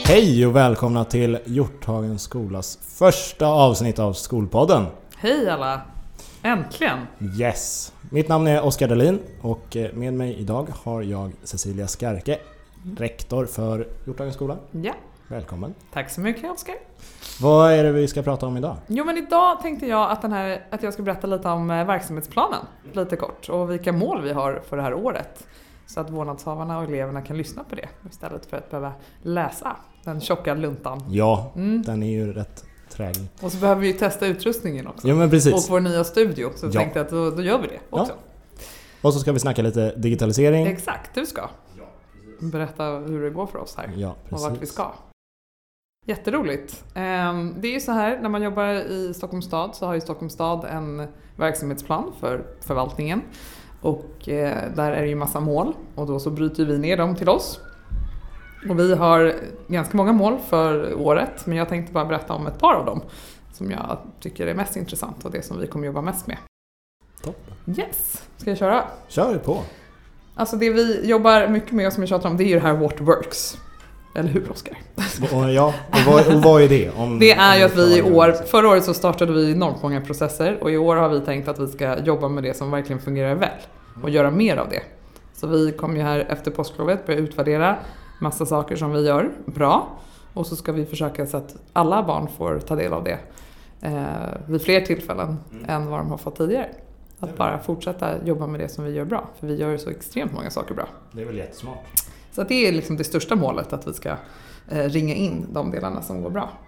Hej och välkomna till Hjorthagens skolas första avsnitt av Skolpodden. Hej alla! Äntligen! Yes! Mitt namn är Oskar Dahlin och med mig idag har jag Cecilia Skarke, rektor för Hjorthagens skola. Ja. Välkommen! Tack så mycket, Oskar. Vad är det vi ska prata om idag? Jo, men idag tänkte jag att jag ska berätta lite om verksamhetsplanen, lite kort, och vilka mål vi har för det här året. Så att vårdnadshavarna och eleverna kan lyssna på det istället för att behöva läsa den tjocka luntan. Ja, den är ju rätt trägg. Och så behöver vi ju testa utrustningen också. Ja, men precis. Och vår nya studio, så jag tänkte att då gör vi det också. Ja. Och så ska vi snacka lite digitalisering. Exakt, du ska. Berätta hur det går för oss här. Ja, och vart vi ska. Jätteroligt. Det är ju så här, när man jobbar i Stockholms stad så har ju Stockholms stad en verksamhetsplan för förvaltningen. Och där är det ju massa mål och då så bryter vi ner dem till oss. Och vi har ganska många mål för året, men jag tänkte bara berätta om ett par av dem som jag tycker är mest intressant och det som vi kommer jobba mest med. Toppen. Yes, ska jag köra? Kör på! Alltså det vi jobbar mycket med och som jag tjatar om, det är ju det här What Works. Eller hur, Oskar? Ja, och vad är det? Det är ju att vi i år, förra året så startade vi enormt många processer och i år har vi tänkt att vi ska jobba med det som verkligen fungerar väl och göra mer av det. Så vi kommer ju här efter påsklovet börja utvärdera massa saker som vi gör bra och så ska vi försöka så att alla barn får ta del av det vid fler tillfällen än vad de har fått tidigare. Att bara fortsätta jobba med det som vi gör bra, för vi gör så extremt många saker bra. Det är väl jättesmart. Så att det är liksom det största målet, att vi ska ringa in de delarna som går bra.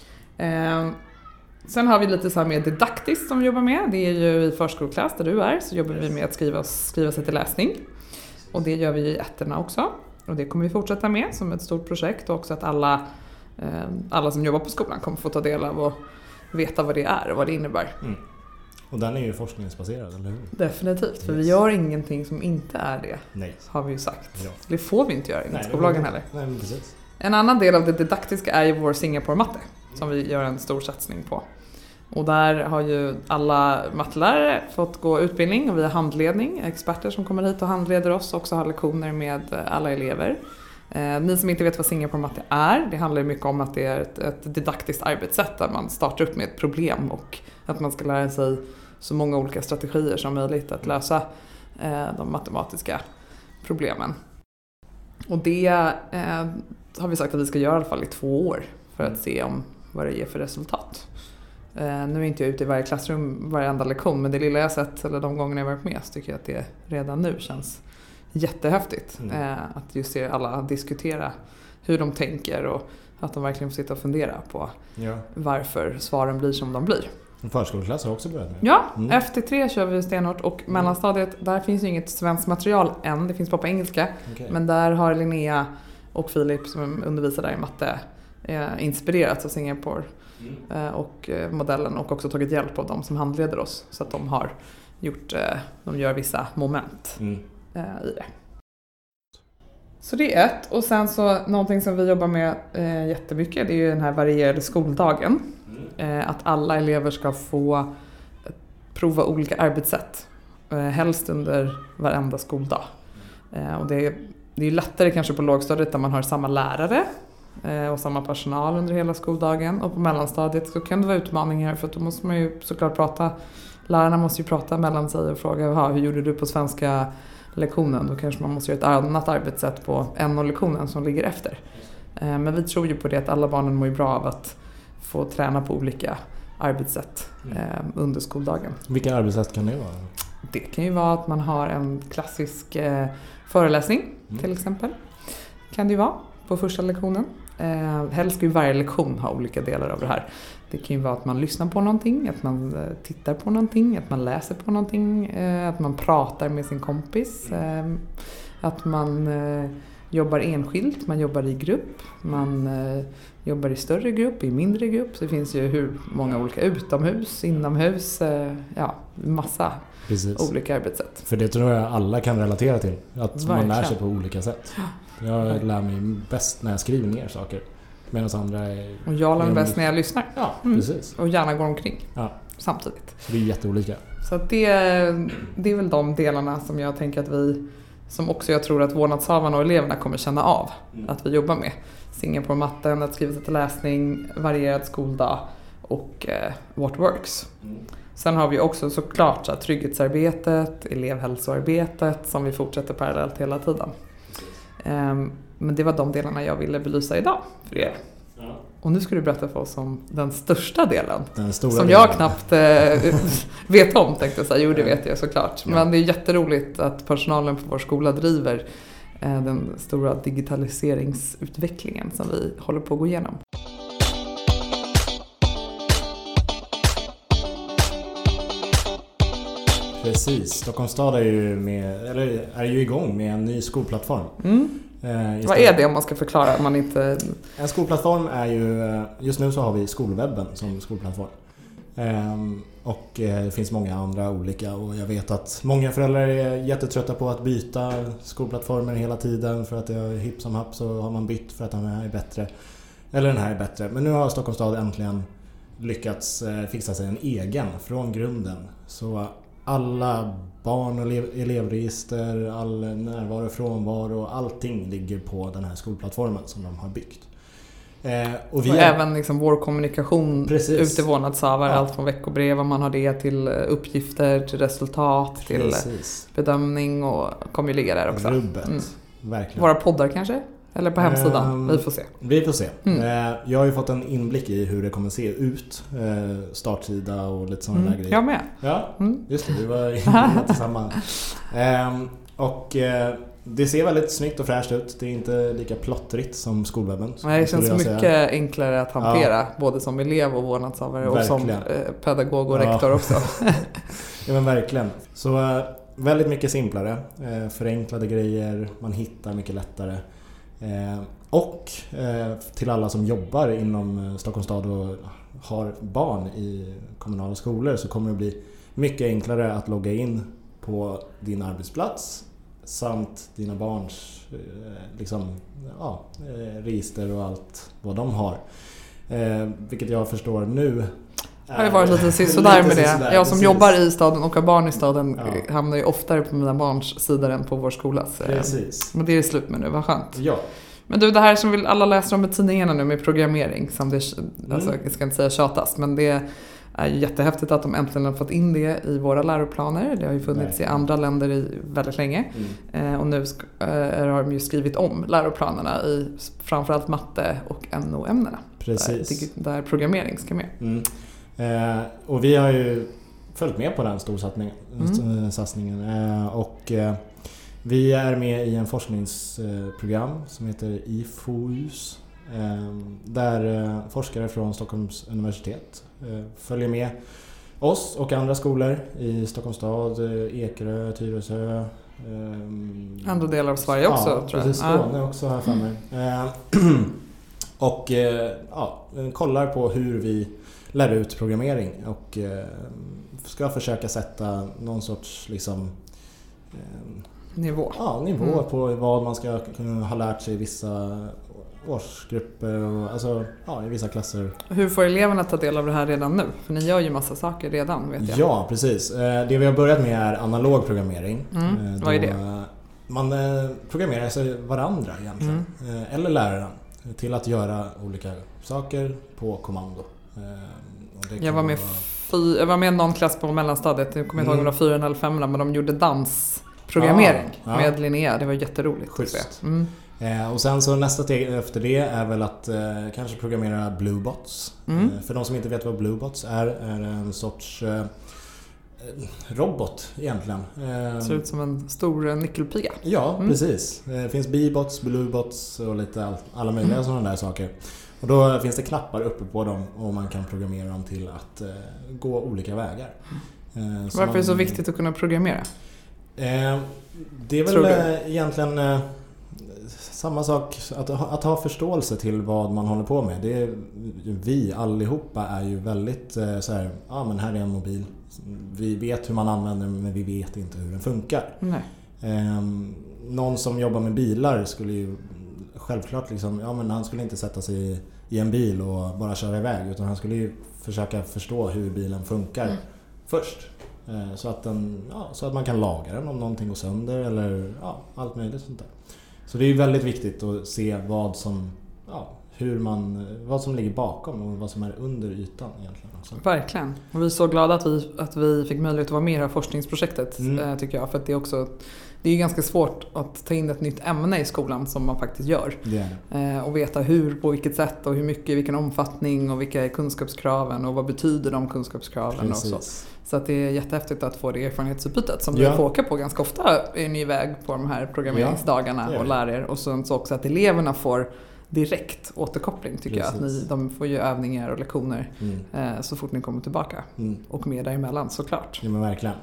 Sen har vi lite så här mer didaktiskt som vi jobbar med. Det är ju i förskoleklass där du är, så jobbar vi med att skriva sig till läsning. Och det gör vi i ettorna också. Och det kommer vi fortsätta med som ett stort projekt. Och också att alla som jobbar på skolan kommer få ta del av och veta vad det är och vad det innebär. Mm. Och den är ju forskningsbaserad, eller hur? Definitivt, för vi gör ingenting som inte är det. Nej. Har vi ju sagt. Ja. Det får vi inte göra i skolbolagen heller. Nej, men precis. En annan del av det didaktiska är ju vår Singapore-matte som vi gör en stor satsning på. Och där har ju alla mattelärare fått gå utbildning och vi har handledning, experter som kommer hit och handleder oss och också har lektioner med alla elever. Ni som inte vet vad Singapore-matte är, det handlar mycket om att det är ett didaktiskt arbetssätt där man startar upp med ett problem och att man ska lära sig så många olika strategier som möjligt att lösa de matematiska problemen. Och det har vi sagt att vi ska göra i alla fall i 2 år för att se vad det ger för resultat. Nu är inte jag ute i varje klassrum varenda lektion, men det lilla jag sett eller de gångerna jag varit med så tycker jag att det redan nu känns jättehäftigt. Att just se alla diskutera hur de tänker och att de verkligen får sitta och fundera på varför svaren blir som de blir. Förskoleklass har också börjat med. Ja, efter 3 kör vi stenhårt och mellanstadiet, där finns ju inget svenskt material än, det finns bara på engelska. Okay. Men där har Linnea och Filip som undervisar där i matte inspirerats av Singapore och modellen och också tagit hjälp av dem som handleder oss så att de gör vissa moment i det. Så det är ett. Och sen så någonting som vi jobbar med jättemycket, det är ju den här varierade skoldagen. Att alla elever ska få prova olika arbetssätt. Helst under varenda skoldag. Och det är ju lättare kanske på lågstadiet där man har samma lärare och samma personal under hela skoldagen. Och på mellanstadiet så kan det vara utmaningar för att då måste man ju såklart lärarna måste ju prata mellan sig och fråga hur gjorde du på svenska lektionen? Då kanske man måste göra ett annat arbetssätt på NO-lektionen som ligger efter. Men vi tror ju på det att alla barnen mår ju bra av att få träna på olika arbetssätt under skoldagen. Vilka arbetssätt kan det vara? Det kan ju vara att man har en klassisk föreläsning till exempel. Kan det ju vara på första lektionen. Helst ska ju varje lektion ha olika delar av det här. Det kan ju vara att man lyssnar på någonting, att man tittar på någonting, att man läser på någonting, att man pratar med sin kompis, att man jobbar enskilt, man jobbar i grupp, man jobbar i större grupp, i mindre grupp. Så det finns ju hur många olika utomhus, inomhus, massa olika arbetssätt. För det tror jag alla kan relatera till, att man lär sig på olika sätt. Jag lär mig bäst när jag skriver ner saker. Medan andra är... Och jag lär mig bäst när jag lyssnar. Ja, precis. Och gärna går omkring samtidigt. Så det är jätteolika. Så att det är väl de delarna som jag tänker att vi som också jag tror att vårdnadshavarna och eleverna kommer känna av att vi jobbar med. Singapore-matten, att skriva till läsning, varierad skoldag och what works. Sen har vi också såklart så trygghetsarbetet, elevhälsoarbetet som vi fortsätter parallellt hela tiden. Men det var de delarna jag ville belysa idag för er. Ja. Och nu ska du berätta för oss om den största delen. Den stora som delen. Jag knappt vet om, tänkte jag säga. Jo, det vet jag såklart. Ja. Men det är jätteroligt att personalen på vår skola driver den stora digitaliseringsutvecklingen som vi håller på att gå igenom. Precis. Stockholms stad är ju igång med en ny skolplattform. Vad är det om man ska förklara? Man inte... En skolplattform är ju... Just nu så har vi skolwebben som skolplattform. Och det finns många andra olika. Och jag vet att många föräldrar är jättetrötta på att byta skolplattformar hela tiden. För att det är hipp som happ så har man bytt för att den här är bättre. Eller den här är bättre. Men nu har Stockholms stad äntligen lyckats fixa sig en egen från grunden. Så alla barn- och elevregister, all närvaro och frånvaro, allting ligger på den här skolplattformen som de har byggt. Och även liksom vår kommunikation ut till vårdnadshavare, allt från veckobrev, om man har det, till uppgifter, till resultat, till bedömning, och kommer ju ligga där också. Rubbet, verkligen. Våra poddar kanske? Eller på hemsidan? Vi får se. Vi får se. Jag har ju fått en inblick i hur det kommer se ut. Startsida och lite sådana där grejer. Jag med. Ja, just det. Vi var tillsammans. Och det ser väldigt snyggt och fräscht ut. Det är inte lika plottrigt som skolwebben. Nej, det känns mycket enklare att hantera. Både som elev och vårdnadshavare. Verkligen. Och som pedagog och rektor också. Ja, men verkligen. Så väldigt mycket simplare. Förenklade grejer. Man hittar mycket lättare. Och till alla som jobbar inom Stockholms stad och har barn i kommunala skolor, så kommer det bli mycket enklare att logga in på din arbetsplats samt dina barns register och allt vad de har. Vilket jag förstår nu jag har ju varit lite sådär med det. Jag som jobbar i staden och har barn i staden hamnar ju oftare på mina barns sidor än på vår skola. Precis. Men det är slut med nu, vad skönt. Ja. Men du, det här som vi alla läser om i tidningarna nu med programmering, som det, alltså, jag ska inte säga tjatas, men det är ju jättehäftigt att de äntligen har fått in det i våra läroplaner. Det har ju funnits i andra länder i väldigt länge. Och nu har de ju skrivit om läroplanerna i framförallt matte och NO-ämnena. Precis. Där programmering ska med. Och vi har ju följt med på den storsatsningen. Och vi är med i en forskningsprogram som heter IFOUS, där forskare från Stockholms universitet följer med oss och andra skolor i Stockholms stad, Ekerö, Tyresö. Andra delar av Sverige också, tror jag. Precis, Skåne också här för mig. Och kollar på hur vi lär ut programmering och ska försöka sätta någon sorts nivå. Ja, nivå på vad man ska kunna ha lärt sig i vissa årsgrupper och i vissa klasser. Hur får eleverna ta del av det här redan nu? För ni gör ju massa saker redan, vet jag. Ja, precis. Det vi har börjat med är analog programmering. Vad är det? Man programmerar sig varandra egentligen. Eller läraren till att göra olika saker på kommando. Jag var med i någon klass på mellanstadiet. Jag kommer inte ihåg om det var 4 eller 5, men de gjorde dansprogrammering med Linnea. Det var jätteroligt. Schysst. Och sen så nästa steg efter det är väl att kanske programmera Bluebots. För de som inte vet vad Bluebots är en sorts robot egentligen. Ser ut som en stor nyckelpiga. Ja, precis. Det finns Bebots, Bluebots och lite alla möjliga sådana där saker. Och då finns det knappar uppe på dem och man kan programmera dem till att gå olika vägar. Varför är det så viktigt att kunna programmera? Det är väl egentligen samma sak, att ha förståelse till vad man håller på med. Det är, vi allihopa är ju väldigt men här är en mobil. Vi vet hur man använder den, men vi vet inte hur den funkar. Nej. Någon som jobbar med bilar skulle ju självklart han skulle inte sätta sig i en bil och bara köra iväg, utan han skulle ju försöka förstå hur bilen funkar först. Så att man kan laga den om någonting går sönder eller allt möjligt sånt där. Så det är väldigt viktigt att se vad som ligger bakom och vad som är under ytan egentligen också. Verkligen. Och vi är så glada att vi fick möjlighet att vara med i det här forskningsprojektet tycker jag. För att det är ju ganska svårt att ta in ett nytt ämne i skolan som man faktiskt gör. Och veta på vilket sätt och hur mycket, vilken omfattning och vilka är kunskapskraven och vad betyder de kunskapskraven och så. Så att det är jättehäftigt att få det erfarenhetsutbytet som du får åka på ganska ofta är ni iväg på de här programmeringsdagarna och lär er. Och så också att eleverna får direkt återkoppling tycker jag. Att de får ju övningar och lektioner så fort ni kommer tillbaka. Och med däremellan såklart. Ja men verkligen.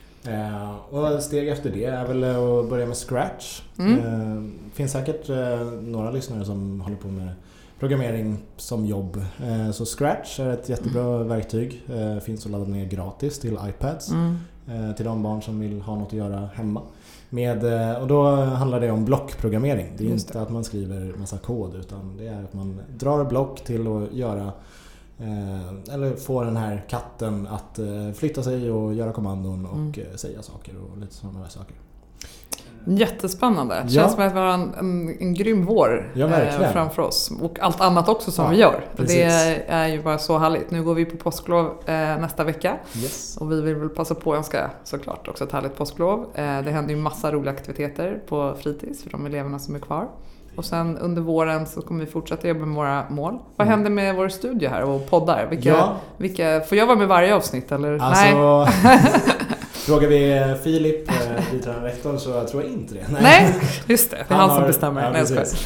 Och steg efter det är väl att börja med Scratch. Finns säkert några lyssnare som håller på med programmering som jobb. Så Scratch är ett jättebra verktyg. Finns att ladda ner gratis till iPads. Till de barn som vill ha något att göra hemma. Och då handlar det om blockprogrammering. Det är inte att man skriver massa kod utan det är att man drar block till att göra eller få den här katten att flytta sig och göra kommandon och säga saker och lite sådana här saker. Jättespännande. Det känns som att vi har en grym vår framför oss. Och allt annat också som vi gör. Det är ju bara så härligt. Nu går vi på påsklov nästa vecka. Och vi vill väl passa på att önska såklart också ett härligt påsklov. Det händer ju massa roliga aktiviteter på fritids för de eleverna som är kvar. Och sen under våren så kommer vi fortsätta jobba med våra mål. Vad händer med vår studio här och poddar? Vilka, får jag vara med varje avsnitt? Eller? Alltså, frågar vi Filip, biträdande rektor, så jag tror jag inte det. Nej, just det. Det är han som bestämmer.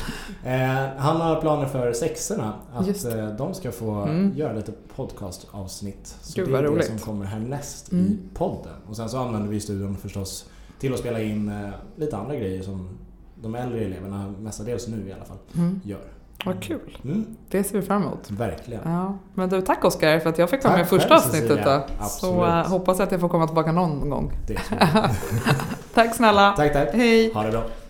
Han har planer för sexorna att de ska få göra lite podcastavsnitt. Så det är det som kommer härnäst i podden. Och sen så använder vi studion förstås till att spela in lite andra grejer som de äldre eleverna, mestadels nu i alla fall, gör. Vad kul. Det ser vi fram emot. Verkligen. Ja. Men du, tack Oskar för att jag fick vara med i första avsnittet. Så hoppas att jag får komma tillbaka någon gång. Det är så. Tack snälla. Tack. Hej. Ha det bra.